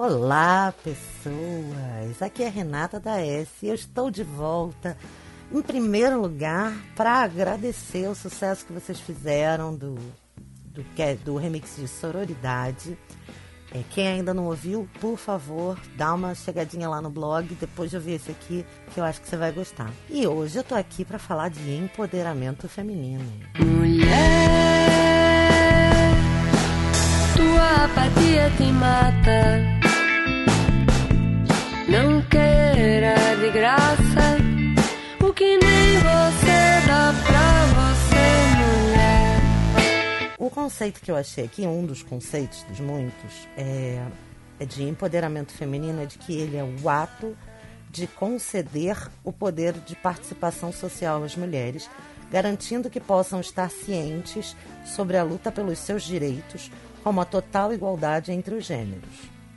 Olá, pessoas! Aqui é Renata da S e eu estou de volta, em primeiro lugar, para agradecer o sucesso que vocês fizeram do remix de Sororidade. Quem ainda não ouviu, por favor, dá uma chegadinha lá no blog depois de ouvir esse aqui, que eu acho que você vai gostar. E hoje eu tô aqui para falar de empoderamento feminino. Mulher, tua apatia te mata. Não queira de graça o que nem você dá pra você, mulher. O conceito que eu achei aqui, um dos conceitos dos muitos, é de empoderamento feminino, é de que ele é o ato de conceder o poder de participação social às mulheres, garantindo que possam estar cientes sobre a luta pelos seus direitos, como a total igualdade entre os gêneros.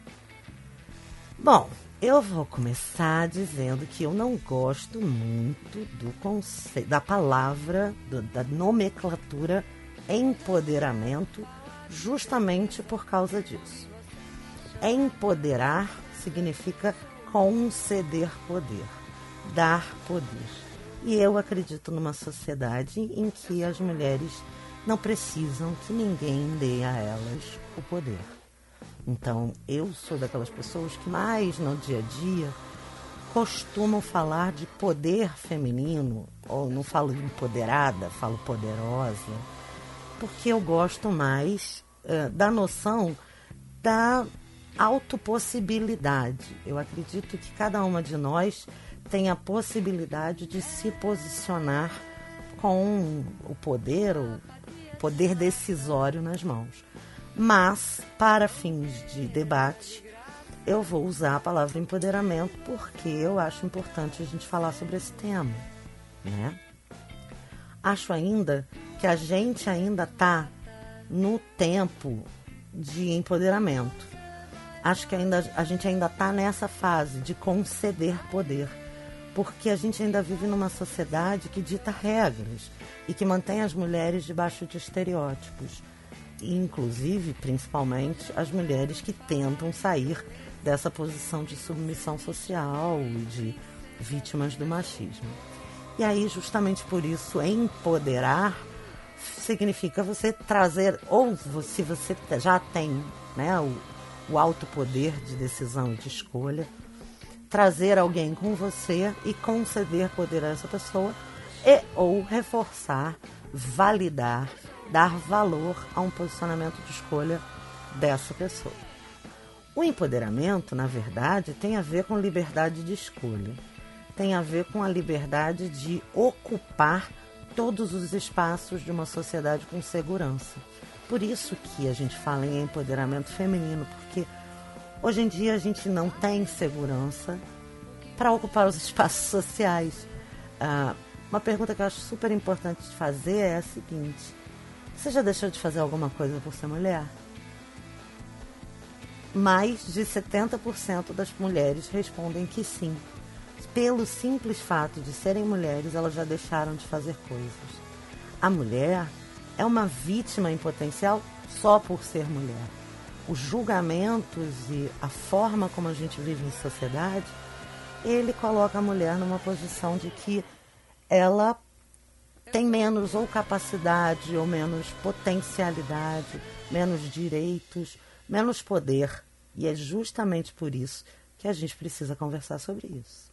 Bom, eu vou começar dizendo que eu não gosto muito do conceito, da palavra, da nomenclatura empoderamento, justamente por causa disso. Empoderar significa conceder poder, dar poder. E eu acredito numa sociedade em que as mulheres não precisam que ninguém dê a elas o poder. Então, eu sou daquelas pessoas que mais no dia a dia costumam falar de poder feminino, ou não falo de empoderada, falo poderosa, porque eu gosto mais da noção da autopossibilidade. Eu acredito que cada uma de nós tem a possibilidade de se posicionar com o poder decisório nas mãos. Mas, para fins de debate, eu vou usar a palavra empoderamento porque eu acho importante a gente falar sobre esse tema, né? Acho ainda que a gente ainda está no tempo de empoderamento. Acho que a gente ainda está nessa fase de conceder poder, porque a gente ainda vive numa sociedade que dita regras e que mantém as mulheres debaixo de estereótipos, inclusive, principalmente, as mulheres que tentam sair dessa posição de submissão social e de vítimas do machismo. E aí, justamente por isso, empoderar significa você trazer, ou se você já tem, né, o alto poder de decisão e de escolha, trazer alguém com você e conceder poder a essa pessoa e ou reforçar, validar, dar valor a um posicionamento de escolha dessa pessoa. O empoderamento, na verdade, tem a ver com liberdade de escolha. Tem a ver com a liberdade de ocupar todos os espaços de uma sociedade com segurança. Por isso que a gente fala em empoderamento feminino, porque hoje em dia a gente não tem segurança para ocupar os espaços sociais. Uma pergunta que eu acho super importante de fazer é a seguinte: você já deixou de fazer alguma coisa por ser mulher? Mais de 70% das mulheres respondem que sim. Pelo simples fato de serem mulheres, elas já deixaram de fazer coisas. A mulher é uma vítima em potencial só por ser mulher. Os julgamentos e a forma como a gente vive em sociedade, ele coloca a mulher numa posição de que ela tem menos ou capacidade, ou menos potencialidade, menos direitos, menos poder. E é justamente por isso que a gente precisa conversar sobre isso.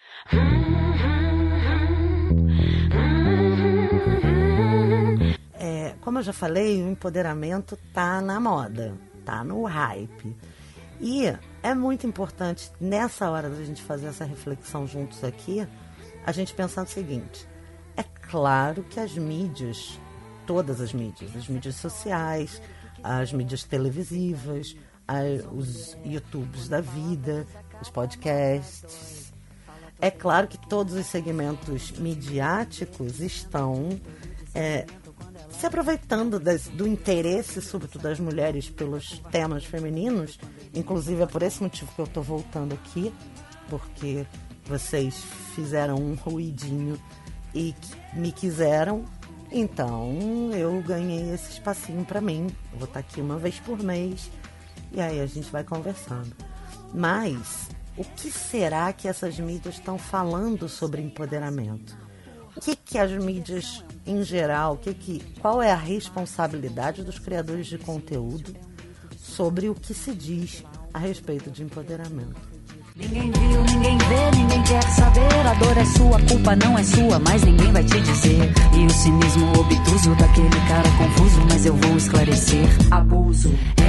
Como eu já falei, o empoderamento tá na moda, tá no hype. E é muito importante, nessa hora da gente fazer essa reflexão juntos aqui, a gente pensar no seguinte: é claro que as mídias, todas as mídias sociais, as mídias televisivas, os YouTubes da vida, os podcasts, é claro que todos os segmentos midiáticos estão se aproveitando do interesse, sobretudo das mulheres, pelos temas femininos. Inclusive é por esse motivo que eu estou voltando aqui, porque vocês fizeram um ruidinho e me quiseram, então eu ganhei esse espacinho para mim. Eu vou estar aqui uma vez por mês e aí a gente vai conversando. Mas o que será que essas mídias estão falando sobre empoderamento? O que as mídias, em geral, qual é a responsabilidade dos criadores de conteúdo sobre o que se diz a respeito de empoderamento? Ninguém viu, ninguém vê, ninguém quer saber. A dor é sua, a culpa não é sua, mas ninguém vai te dizer. E o cinismo obtuso daquele cara confuso, mas eu vou esclarecer. Abuso.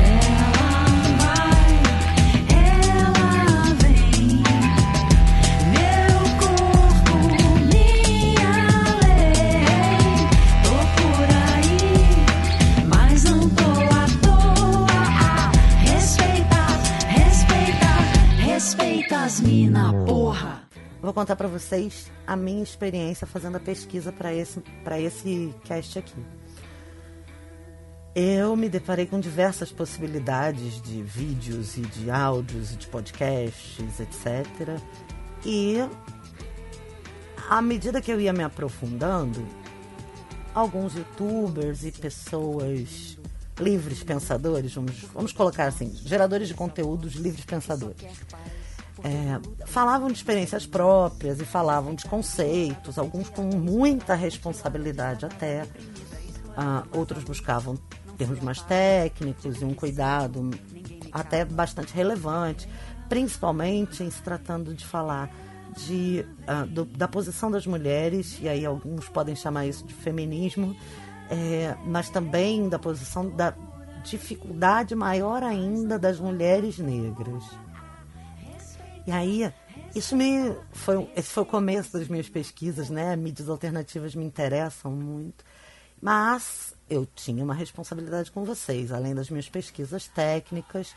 Ela vem, meu corpo, minha lei. Tô por aí, mas não tô à toa. Respeita as mina, porra. Vou contar pra vocês a minha experiência fazendo a pesquisa pra esse cast aqui. Eu me deparei com diversas possibilidades de vídeos e de áudios e de podcasts, etc. E à medida que eu ia me aprofundando, alguns youtubers e pessoas livres pensadores, vamos colocar assim, geradores de conteúdos livres pensadores, falavam de experiências próprias e falavam de conceitos, alguns com muita responsabilidade até, outros buscavam termos mais técnicos e um cuidado até bastante relevante, principalmente em se tratando de falar da posição das mulheres, e aí alguns podem chamar isso de feminismo, mas também da posição da dificuldade maior ainda das mulheres negras. E aí, esse foi o começo das minhas pesquisas, né? Mídias alternativas me interessam muito, mas eu tinha uma responsabilidade com vocês. Além das minhas pesquisas técnicas,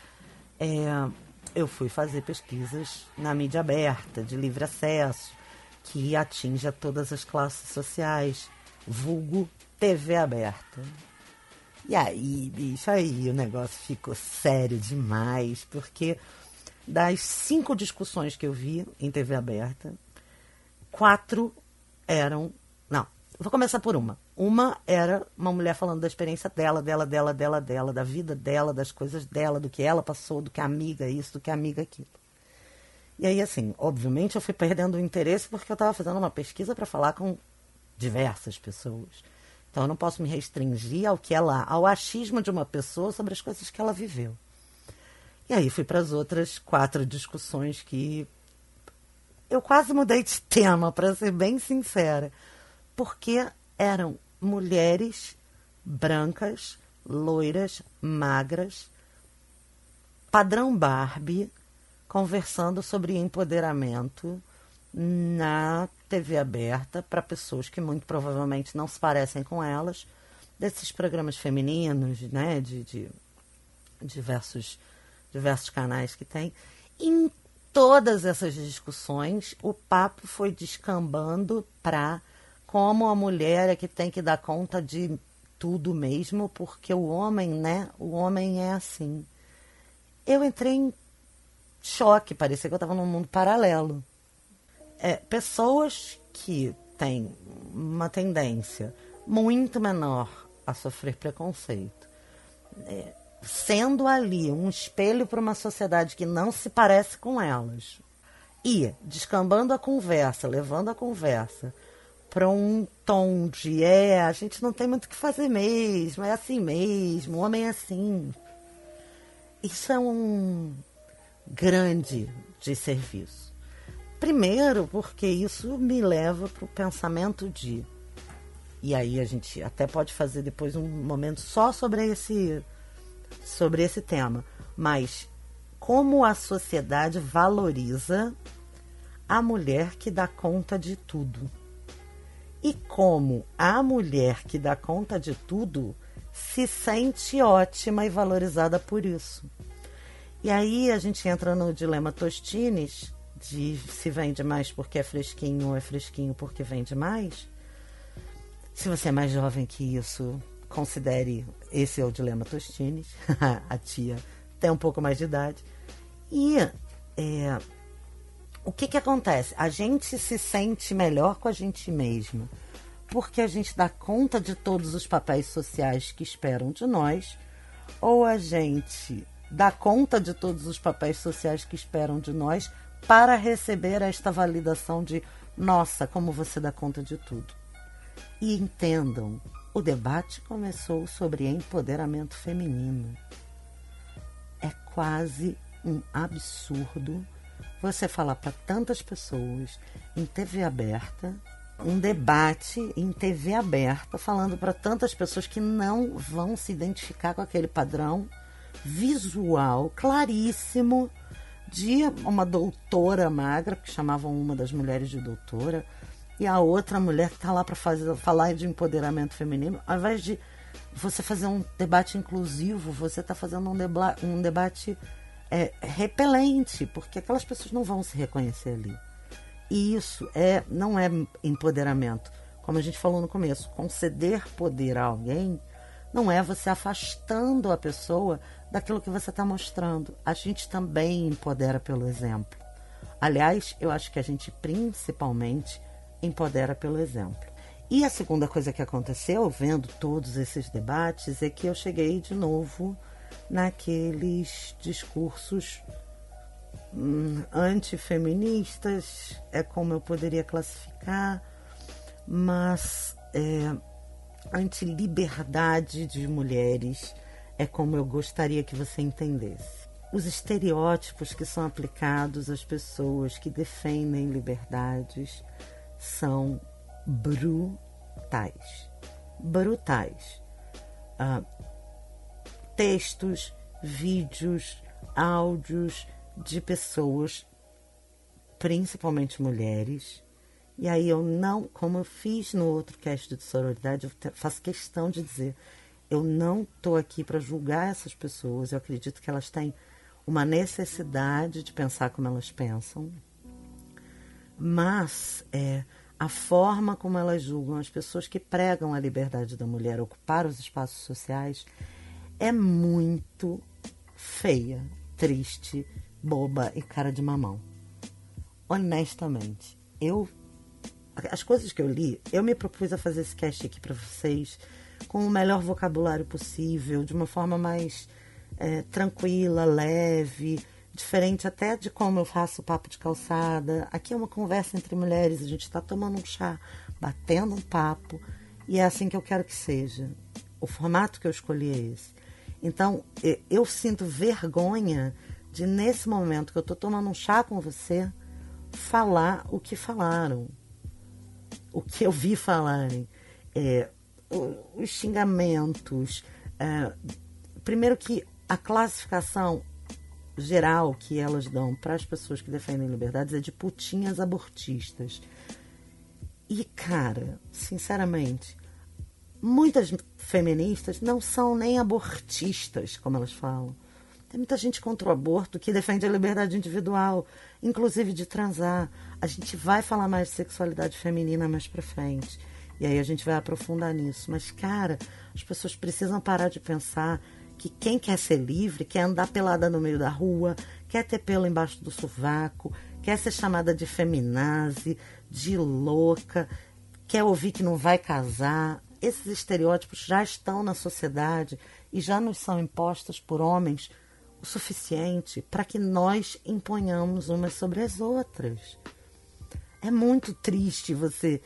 eu fui fazer pesquisas na mídia aberta, de livre acesso, que atinge a todas as classes sociais, vulgo TV aberta. E aí, bicho, aí o negócio ficou sério demais, porque das 5 discussões que eu vi em TV aberta, 4 eram... Não, vou começar por uma. Uma era uma mulher falando da experiência dela, da vida dela, das coisas dela, do que ela passou, do que a amiga isso, do que a amiga aquilo. E aí, assim, obviamente eu fui perdendo o interesse porque eu estava fazendo uma pesquisa para falar com diversas pessoas. Então eu não posso me restringir ao achismo de uma pessoa sobre as coisas que ela viveu. E aí fui para as outras 4 discussões que eu quase mudei de tema, para ser bem sincera, porque eram mulheres brancas, loiras, magras, padrão Barbie, conversando sobre empoderamento na TV aberta para pessoas que muito provavelmente não se parecem com elas, desses programas femininos, né, de diversos canais que tem. Em todas essas discussões, o papo foi descambando para como a mulher é que tem que dar conta de tudo mesmo, porque o homem é assim. Eu entrei em choque, parecia que eu estava num mundo paralelo. Pessoas que têm uma tendência muito menor a sofrer preconceito, sendo ali um espelho para uma sociedade que não se parece com elas, e descambando a conversa, levando a conversa para um tom de a gente não tem muito o que fazer mesmo, é assim mesmo, o homem é assim. Isso é um grande desserviço. Primeiro, porque isso me leva para o pensamento e aí a gente até pode fazer depois um momento só sobre esse tema, mas como a sociedade valoriza a mulher que dá conta de tudo. E como a mulher que dá conta de tudo se sente ótima e valorizada por isso. E aí a gente entra no dilema Tostines, de se vende mais porque é fresquinho ou é fresquinho porque vende mais. Se você é mais jovem que isso, considere esse é o dilema Tostines. A tia tem um pouco mais de idade. E o que acontece? A gente se sente melhor com a gente mesma porque a gente dá conta de todos os papéis sociais que esperam de nós, ou a gente dar conta de todos os papéis sociais que esperam de nós para receber esta validação de nossa, como você dá conta de tudo. E entendam, o debate começou sobre empoderamento feminino. É quase um absurdo você falar para tantas pessoas em TV aberta, um debate em TV aberta, falando para tantas pessoas que não vão se identificar com aquele padrão visual claríssimo de uma doutora magra, que chamavam uma das mulheres de doutora, e a outra mulher que está lá para falar de empoderamento feminino. Ao invés de você fazer um debate inclusivo, você está fazendo um debate repelente, porque aquelas pessoas não vão se reconhecer ali. E isso não é empoderamento. Como a gente falou no começo, conceder poder a alguém não é você afastando a pessoa daquilo que você está mostrando. A gente também empodera pelo exemplo. Aliás, eu acho que a gente principalmente empodera pelo exemplo. E a segunda coisa que aconteceu, vendo todos esses debates, é que eu cheguei de novo naqueles discursos antifeministas, é como eu poderia classificar, mas antiliberdade de mulheres é como eu gostaria que você entendesse. Os estereótipos que são aplicados às pessoas que defendem liberdades são brutais. Brutais. Textos, vídeos, áudios de pessoas, principalmente mulheres. E aí eu não, como eu fiz no outro cast de sororidade, eu faço questão de dizer, eu não estou aqui para julgar essas pessoas, eu acredito que elas têm uma necessidade de pensar como elas pensam, mas a forma como elas julgam as pessoas que pregam a liberdade da mulher ocupar os espaços sociais é muito feia, triste, boba e cara de mamão. Honestamente, as coisas que eu li, eu me propus a fazer esse cast aqui para vocês com o melhor vocabulário possível, de uma forma mais tranquila, leve, diferente até de como eu faço o papo de calçada. Aqui é uma conversa entre mulheres, a gente está tomando um chá, batendo um papo, e é assim que eu quero que seja. O formato que eu escolhi é esse. Então, eu sinto vergonha de, nesse momento que eu estou tomando um chá com você, falar o que falaram. O que eu vi falarem. Os xingamentos. Primeiro que a classificação geral que elas dão para as pessoas que defendem liberdades é de putinhas abortistas. E, cara, sinceramente, muitas feministas não são nem abortistas, como elas falam. Tem muita gente contra o aborto que defende a liberdade individual, inclusive de transar. A gente vai falar mais de sexualidade feminina mais pra frente. E aí a gente vai aprofundar nisso. Mas, cara, as pessoas precisam parar de pensar que quem quer ser livre, quer andar pelada no meio da rua, quer ter pelo embaixo do sovaco, quer ser chamada de feminazi, de louca, quer ouvir que não vai casar. Esses estereótipos já estão na sociedade e já nos são impostos por homens o suficiente para que nós imponhamos umas sobre as outras. É muito triste você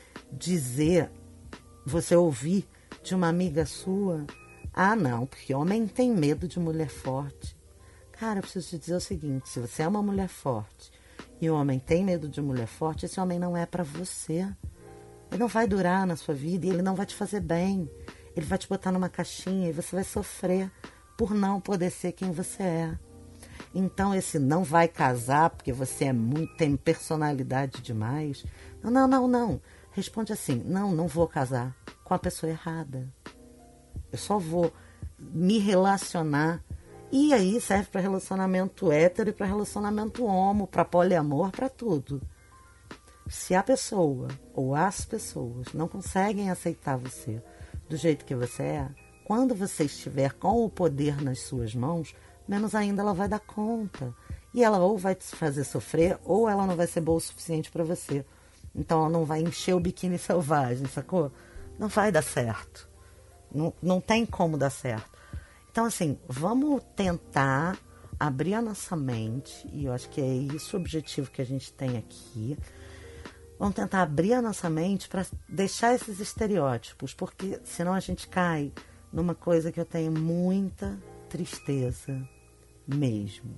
ouvir de uma amiga sua: ah, não, porque homem tem medo de mulher forte. Cara, eu preciso te dizer o seguinte: se você é uma mulher forte e o homem tem medo de mulher forte, esse homem não é para você. Ele não vai durar na sua vida e ele não vai te fazer bem. Ele vai te botar numa caixinha e você vai sofrer por não poder ser quem você é. Então esse não vai casar porque você tem personalidade demais. Não. Responde assim: não vou casar com a pessoa errada. Eu só vou me relacionar. E aí serve para relacionamento hétero e para relacionamento homo, para poliamor, para tudo. Se a pessoa ou as pessoas não conseguem aceitar você do jeito que você é, quando você estiver com o poder nas suas mãos, menos ainda ela vai dar conta. E ela ou vai te fazer sofrer, ou ela não vai ser boa o suficiente para você. Então ela não vai encher o biquíni selvagem, sacou? Não vai dar certo. Não tem como dar certo. Então, assim, vamos tentar abrir a nossa mente, e eu acho que é isso o objetivo que a gente tem aqui. Vamos tentar abrir a nossa mente para deixar esses estereótipos, porque senão a gente cai numa coisa que eu tenho muita tristeza mesmo.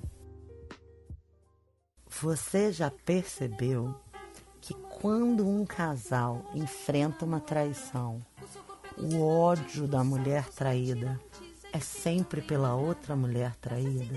Você já percebeu que quando um casal enfrenta uma traição, o ódio da mulher traída é sempre pela outra mulher traída?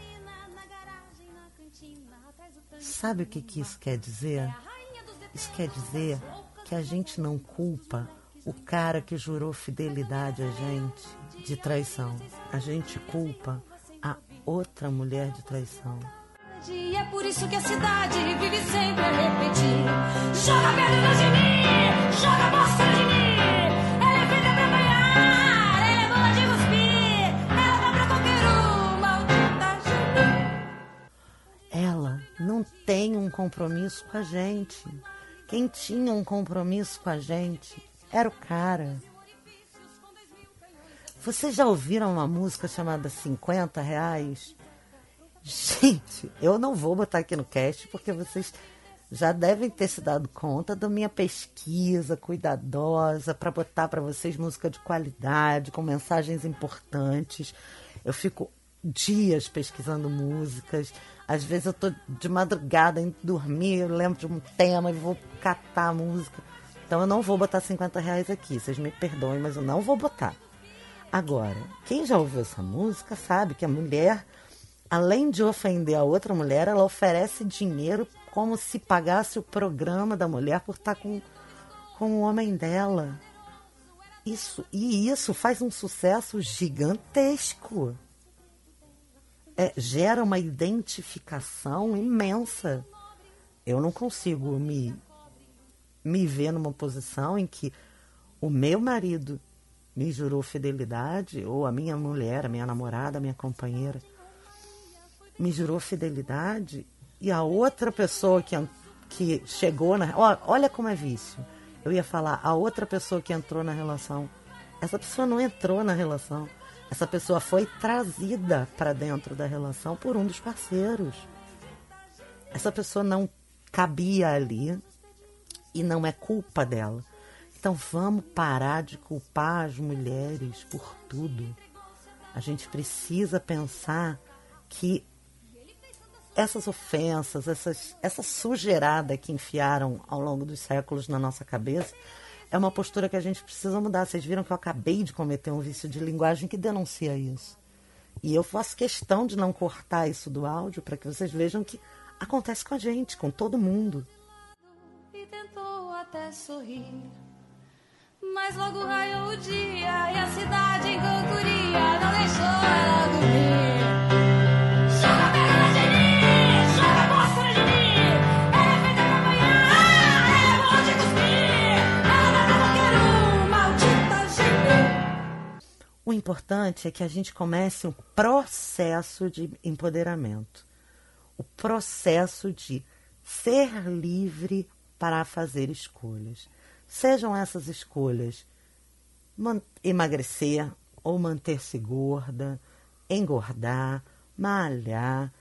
Sabe o que isso quer dizer? Isso quer dizer que a gente não culpa o cara que jurou fidelidade a gente de traição. A gente culpa a outra mulher de traição. E é por isso que a cidade vive sempre a repetir: joga pedra de mim, joga bosta de mim. Ela é feita pra apanhar, ela é boa de cuspir, ela dá pra qualquer maldita gente. Ela não tem um compromisso com a gente. Quem tinha um compromisso com a gente era o cara. Vocês já ouviram uma música chamada 50 Reais? Gente, eu não vou botar aqui no cast porque vocês já devem ter se dado conta da minha pesquisa cuidadosa para botar para vocês música de qualidade, com mensagens importantes. Eu fico dias pesquisando músicas. Às vezes eu tô de madrugada indo dormir, eu lembro de um tema e vou catar a música. Então eu não vou botar 50 reais aqui, vocês me perdoem, mas eu não vou botar. Agora, quem já ouviu essa música sabe que a mulher, além de ofender a outra mulher, ela oferece dinheiro como se pagasse o programa da mulher por estar com o homem dela. Isso faz um sucesso gigantesco. Gera uma identificação imensa. Eu não consigo me ver numa posição em que o meu marido me jurou fidelidade, ou a minha mulher, a minha namorada, a minha companheira, me jurou fidelidade, e a outra pessoa que chegou na... Olha como é vício. Eu ia falar, a outra pessoa que entrou na relação, essa pessoa não entrou na relação. Essa pessoa foi trazida para dentro da relação por um dos parceiros. Essa pessoa não cabia ali e não é culpa dela. Então vamos parar de culpar as mulheres por tudo. A gente precisa pensar que essas ofensas, essa sujeirada que enfiaram ao longo dos séculos na nossa cabeça, é uma postura que a gente precisa mudar. Vocês viram que eu acabei de cometer um vício de linguagem que denuncia isso. E eu faço questão de não cortar isso do áudio para que vocês vejam que acontece com a gente, com todo mundo. E tentou até sorrir, mas logo raiou o dia e a cidade em cantoria não deixou ela dormir. Joga pedra de mim, joga bosta de mim. Ela é feita pra apanhar, ela é boa de cuspir, ela dá pra qualquer um, maldita gente. O importante é que a gente comece um processo de empoderamento. O processo de ser livre para fazer escolhas. Sejam essas escolhas emagrecer ou manter-se gorda, engordar, malhar,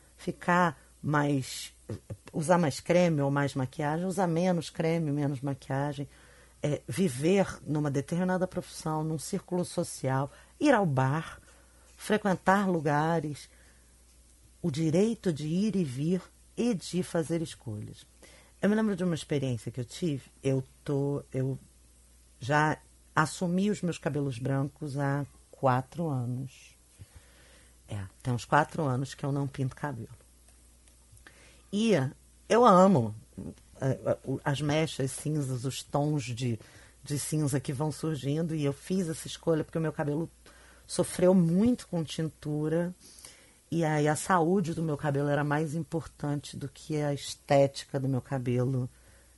usar mais creme ou mais maquiagem, usar menos creme, menos maquiagem, viver numa determinada profissão, num círculo social, ir ao bar, frequentar lugares, o direito de ir e vir e de fazer escolhas. Eu me lembro de uma experiência que eu tive. Eu já assumi os meus cabelos brancos há 4 anos. Tem uns 4 anos que eu não pinto cabelo. E eu amo as mechas cinzas, os tons de cinza que vão surgindo. E eu fiz essa escolha porque o meu cabelo sofreu muito com tintura. E aí a saúde do meu cabelo era mais importante do que a estética do meu cabelo.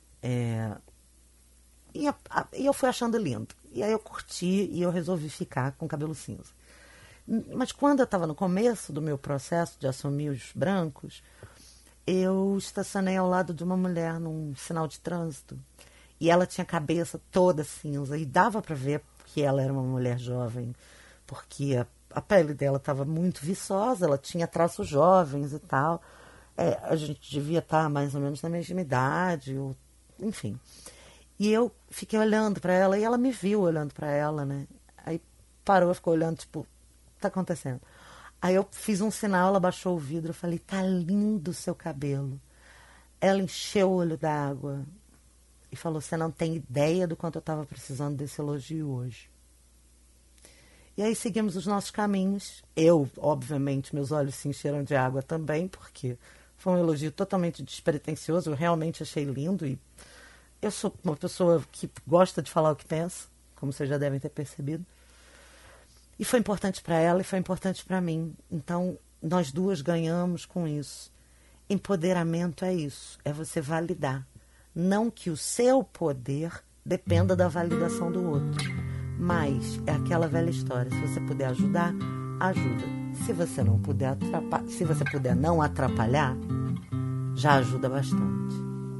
E eu fui achando lindo. E aí eu curti e eu resolvi ficar com cabelo cinza. Mas quando eu estava no começo do meu processo de assumir os brancos, eu estacionei ao lado de uma mulher num sinal de trânsito. E ela tinha a cabeça toda cinza. E dava para ver que ela era uma mulher jovem. Porque a pele dela estava muito viçosa, ela tinha traços jovens e tal. A gente devia estar mais ou menos na mesma idade, enfim. E eu fiquei olhando para ela e ela me viu olhando para ela, né? Aí parou, ficou olhando, tipo, o que tá acontecendo? Aí eu fiz um sinal, ela baixou o vidro, eu falei, tá lindo o seu cabelo. Ela encheu o olho d'água e falou, você não tem ideia do quanto eu estava precisando desse elogio hoje. E aí seguimos os nossos caminhos. Eu, obviamente, meus olhos se encheram de água também, porque foi um elogio totalmente despretensioso, eu realmente achei lindo e eu sou uma pessoa que gosta de falar o que pensa, como vocês já devem ter percebido. E foi importante para ela e foi importante para mim. Então, nós duas ganhamos com isso. Empoderamento é isso, é você validar. Não que o seu poder dependa da validação do outro. Mas é aquela velha história. Se você puder ajudar, ajuda. Se você não puder se você puder não atrapalhar, já ajuda bastante.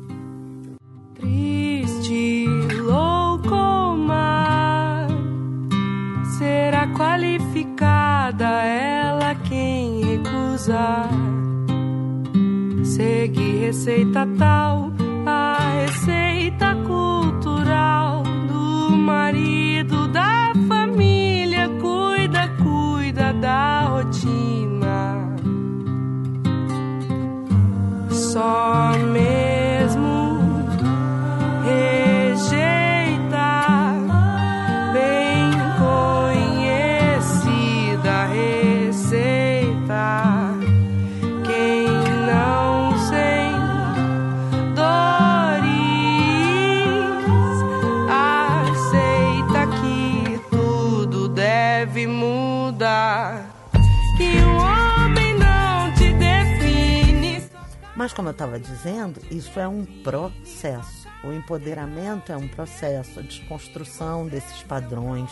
Triste, louco mar, será qualificada ela quem recusar. Segue receita tal, a receita cultural do marido da família, cuida da rotina. Só mesmo rejeita bem conhecida receita. Quem não sem dores aceita que tudo deve mudar, que o homem não te define. Mas como eu estava dizendo, isso é um processo. O empoderamento é um processo, a desconstrução desses padrões,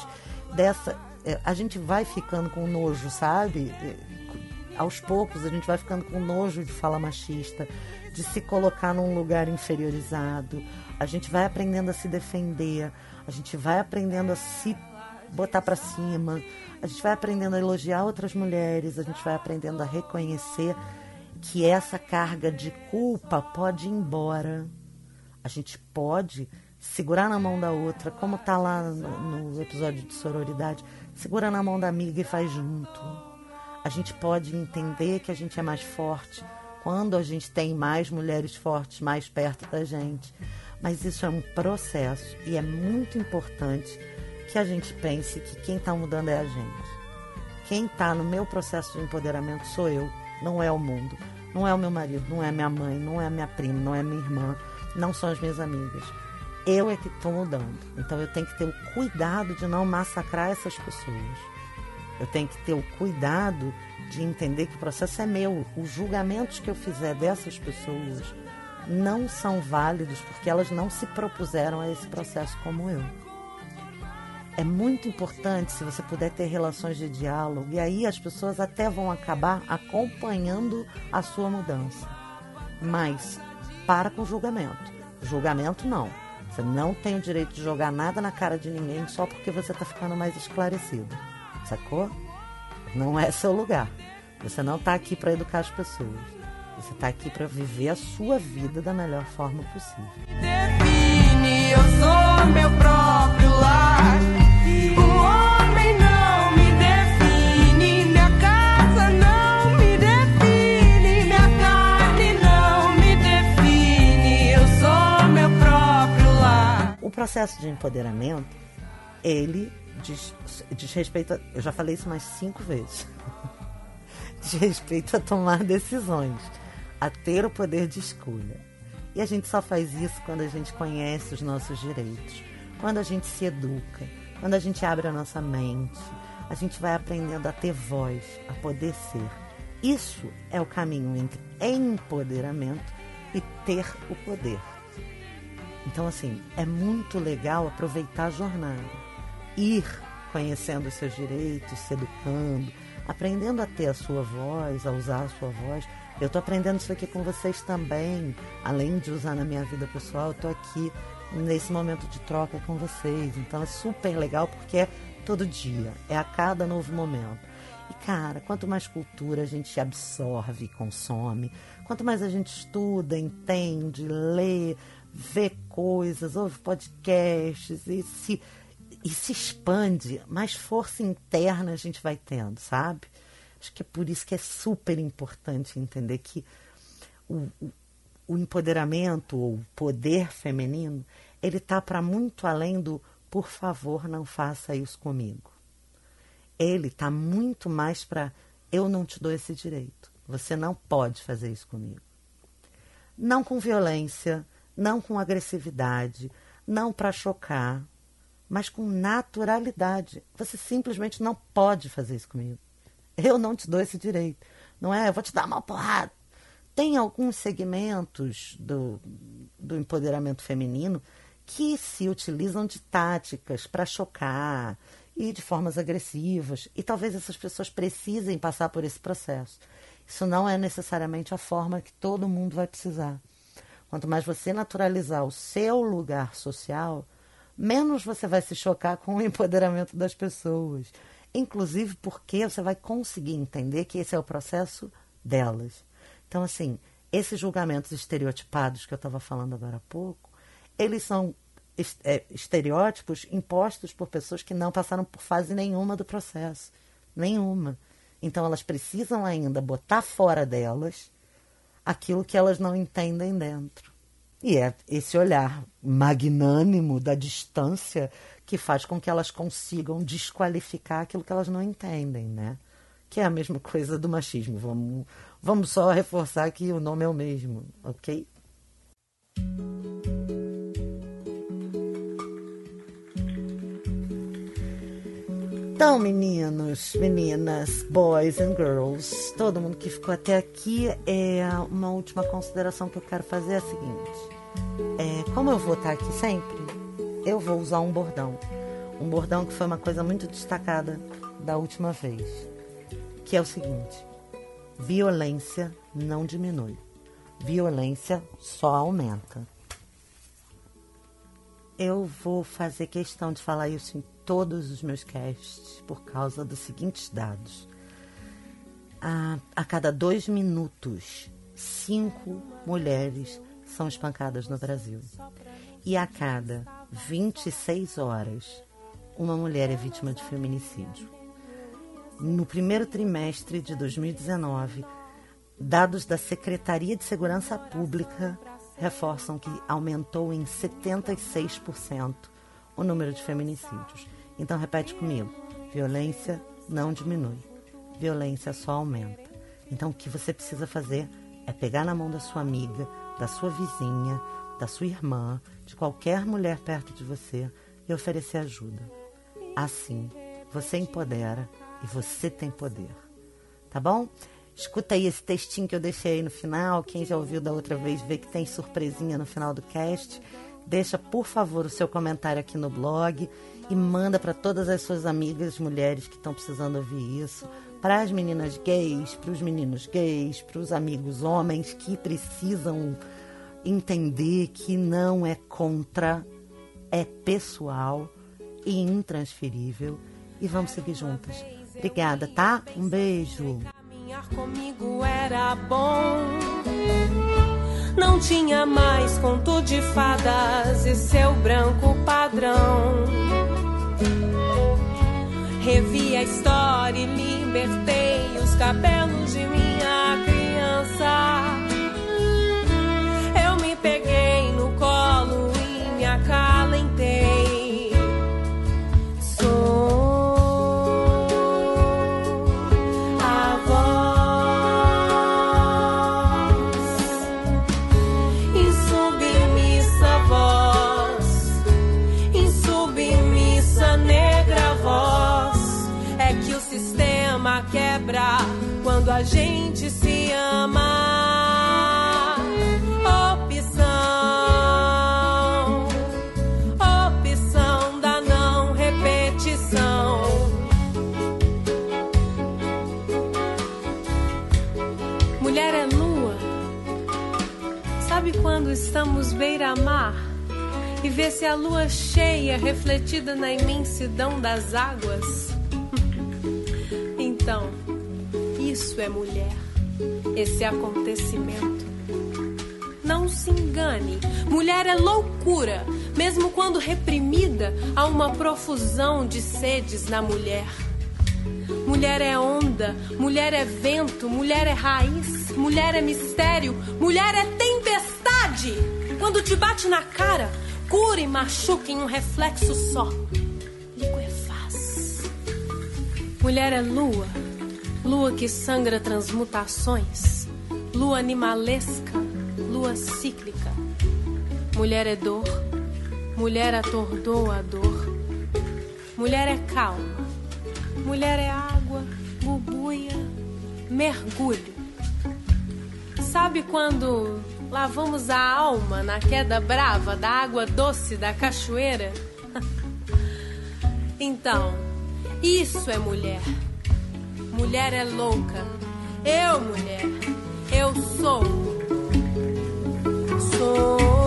a gente vai ficando com nojo, sabe? Aos poucos a gente vai ficando com nojo de fala machista, de se colocar num lugar inferiorizado, a gente vai aprendendo a se defender, a gente vai aprendendo a se botar para cima, a gente vai aprendendo a elogiar outras mulheres, a gente vai aprendendo a reconhecer que essa carga de culpa pode ir embora. A gente pode segurar na mão da outra, como está lá no episódio de sororidade, segura na mão da amiga e faz junto. A gente pode entender que a gente é mais forte quando a gente tem mais mulheres fortes mais perto da gente. Mas isso é um processo e é muito importante que a gente pense que quem está mudando é a gente. Quem está no meu processo de empoderamento sou eu, não é o mundo. Não é o meu marido, não é minha mãe, não é minha prima, não é minha irmã, não são as minhas amigas. Eu é que estou mudando. Então eu tenho que ter o cuidado de não massacrar essas pessoas. Eu tenho que ter o cuidado de entender que o processo é meu. Os julgamentos que eu fizer dessas pessoas não são válidos porque elas não se propuseram a esse processo como eu. É muito importante se você puder ter relações de diálogo e aí as pessoas até vão acabar acompanhando a sua mudança. Mas para com julgamento. Julgamento não. Você não tem o direito de jogar nada na cara de ninguém só porque você está ficando mais esclarecido. Sacou? Não é seu lugar. Você não está aqui para educar as pessoas. Você está aqui para viver a sua vida da melhor forma possível. Define, eu sou meu próprio lar. O homem não me define, minha casa não me define, minha carne não me define, eu sou meu próprio lar. O processo de empoderamento, ele diz respeito a, eu já falei isso mais 5 vezes, diz respeito a tomar decisões, a ter o poder de escolha. E a gente só faz isso quando a gente conhece os nossos direitos, quando a gente se educa, quando a gente abre a nossa mente, a gente vai aprendendo a ter voz, a poder ser. Isso é o caminho entre empoderamento e ter o poder. Então, assim, é muito legal aproveitar a jornada, ir conhecendo os seus direitos, se educando, aprendendo a ter a sua voz, a usar a sua voz. Eu estou aprendendo isso aqui com vocês também, além de usar na minha vida pessoal, eu estou aqui nesse momento de troca com vocês. Então é super legal porque é todo dia, é a cada novo momento. E, cara, quanto mais cultura a gente absorve e consome, quanto mais a gente estuda, entende, lê, vê coisas, ouve podcasts e se expande, mais força interna a gente vai tendo, sabe? Acho que é por isso que é super importante entender que o empoderamento ou o poder feminino, ele está para muito além do por favor, não faça isso comigo. Ele está muito mais para eu não te dou esse direito. Você não pode fazer isso comigo. Não com violência, não com agressividade, não para chocar, mas com naturalidade. Você simplesmente não pode fazer isso comigo. Eu não te dou esse direito. Não é, eu vou te dar uma porrada. Tem alguns segmentos do empoderamento feminino que se utilizam de táticas para chocar e de formas agressivas. E talvez essas pessoas precisem passar por esse processo. Isso não é necessariamente a forma que todo mundo vai precisar. Quanto mais você naturalizar o seu lugar social, menos você vai se chocar com o empoderamento das pessoas. Inclusive porque você vai conseguir entender que esse é o processo delas. Então, assim, esses julgamentos estereotipados que eu estava falando agora há pouco, eles são estereótipos impostos por pessoas que não passaram por fase nenhuma do processo. Nenhuma. Então, elas precisam ainda botar fora delas aquilo que elas não entendem dentro. E é esse olhar magnânimo da distância que faz com que elas consigam desqualificar aquilo que elas não entendem, né? Que é a mesma coisa do machismo. Vamos só reforçar que o nome é o mesmo, ok? Então, meninos, meninas, boys and girls, todo mundo que ficou até aqui, uma última consideração que eu quero fazer é a seguinte. Como eu vou estar aqui sempre, eu vou usar um bordão. Um bordão que foi uma coisa muito destacada da última vez. Que é o seguinte: violência não diminui. Violência só aumenta. Eu vou fazer questão de falar isso em todos os meus casts por causa dos seguintes dados. A cada 2 minutos, 5 mulheres são espancadas no Brasil. E a cada 26 horas, uma mulher é vítima de feminicídio. No primeiro trimestre de 2019, dados da Secretaria de Segurança Pública reforçam que aumentou em 76% o número de feminicídios. Então, repete comigo: violência não diminui, violência só aumenta. Então, o que você precisa fazer é pegar na mão da sua amiga, da sua vizinha, da sua irmã, de qualquer mulher perto de você e oferecer ajuda. Assim, você empodera e você tem poder. Tá bom? Escuta aí esse textinho que eu deixei aí no final. Quem já ouviu da outra vez vê que tem surpresinha no final do cast. Deixa, por favor, o seu comentário aqui no blog e manda para todas as suas amigas mulheres que estão precisando ouvir isso. Para as meninas gays, para os meninos gays, para os amigos homens que precisam entender que não é contra, é pessoal e intransferível. E vamos seguir juntas. Obrigada, tá? Um beijo. Caminhar comigo era bom. Não tinha mais conto de fadas e seu branco padrão. Revi a história e libertei os cabelos de minha criança. Eu me peguei no colo e me acalentei. Sou a voz, insubmissa voz, insubmissa negra voz. É que o sistema quebra quando a gente se ama. Opção da não repetição. Mulher é lua. Sabe quando estamos beira-mar e vê-se a lua cheia refletida na imensidão das águas? Então, isso é mulher, esse acontecimento. Não se engane, mulher é loucura, mesmo quando reprimida, há uma profusão de sedes na mulher. Mulher é onda, mulher é vento, mulher é raiz, mulher é mistério, mulher é tempestade. Quando te bate na cara, cura e machuca em um reflexo só. Liquefaz. Mulher é lua, lua que sangra transmutações, lua animalesca, lua cíclica. Mulher é dor, mulher atordoa a dor. Mulher é calma, mulher é água, bubuia, mergulho. Sabe quando lavamos a alma na queda brava da água doce da cachoeira? Então, isso é mulher. Mulher é louca. Eu, mulher, eu sou.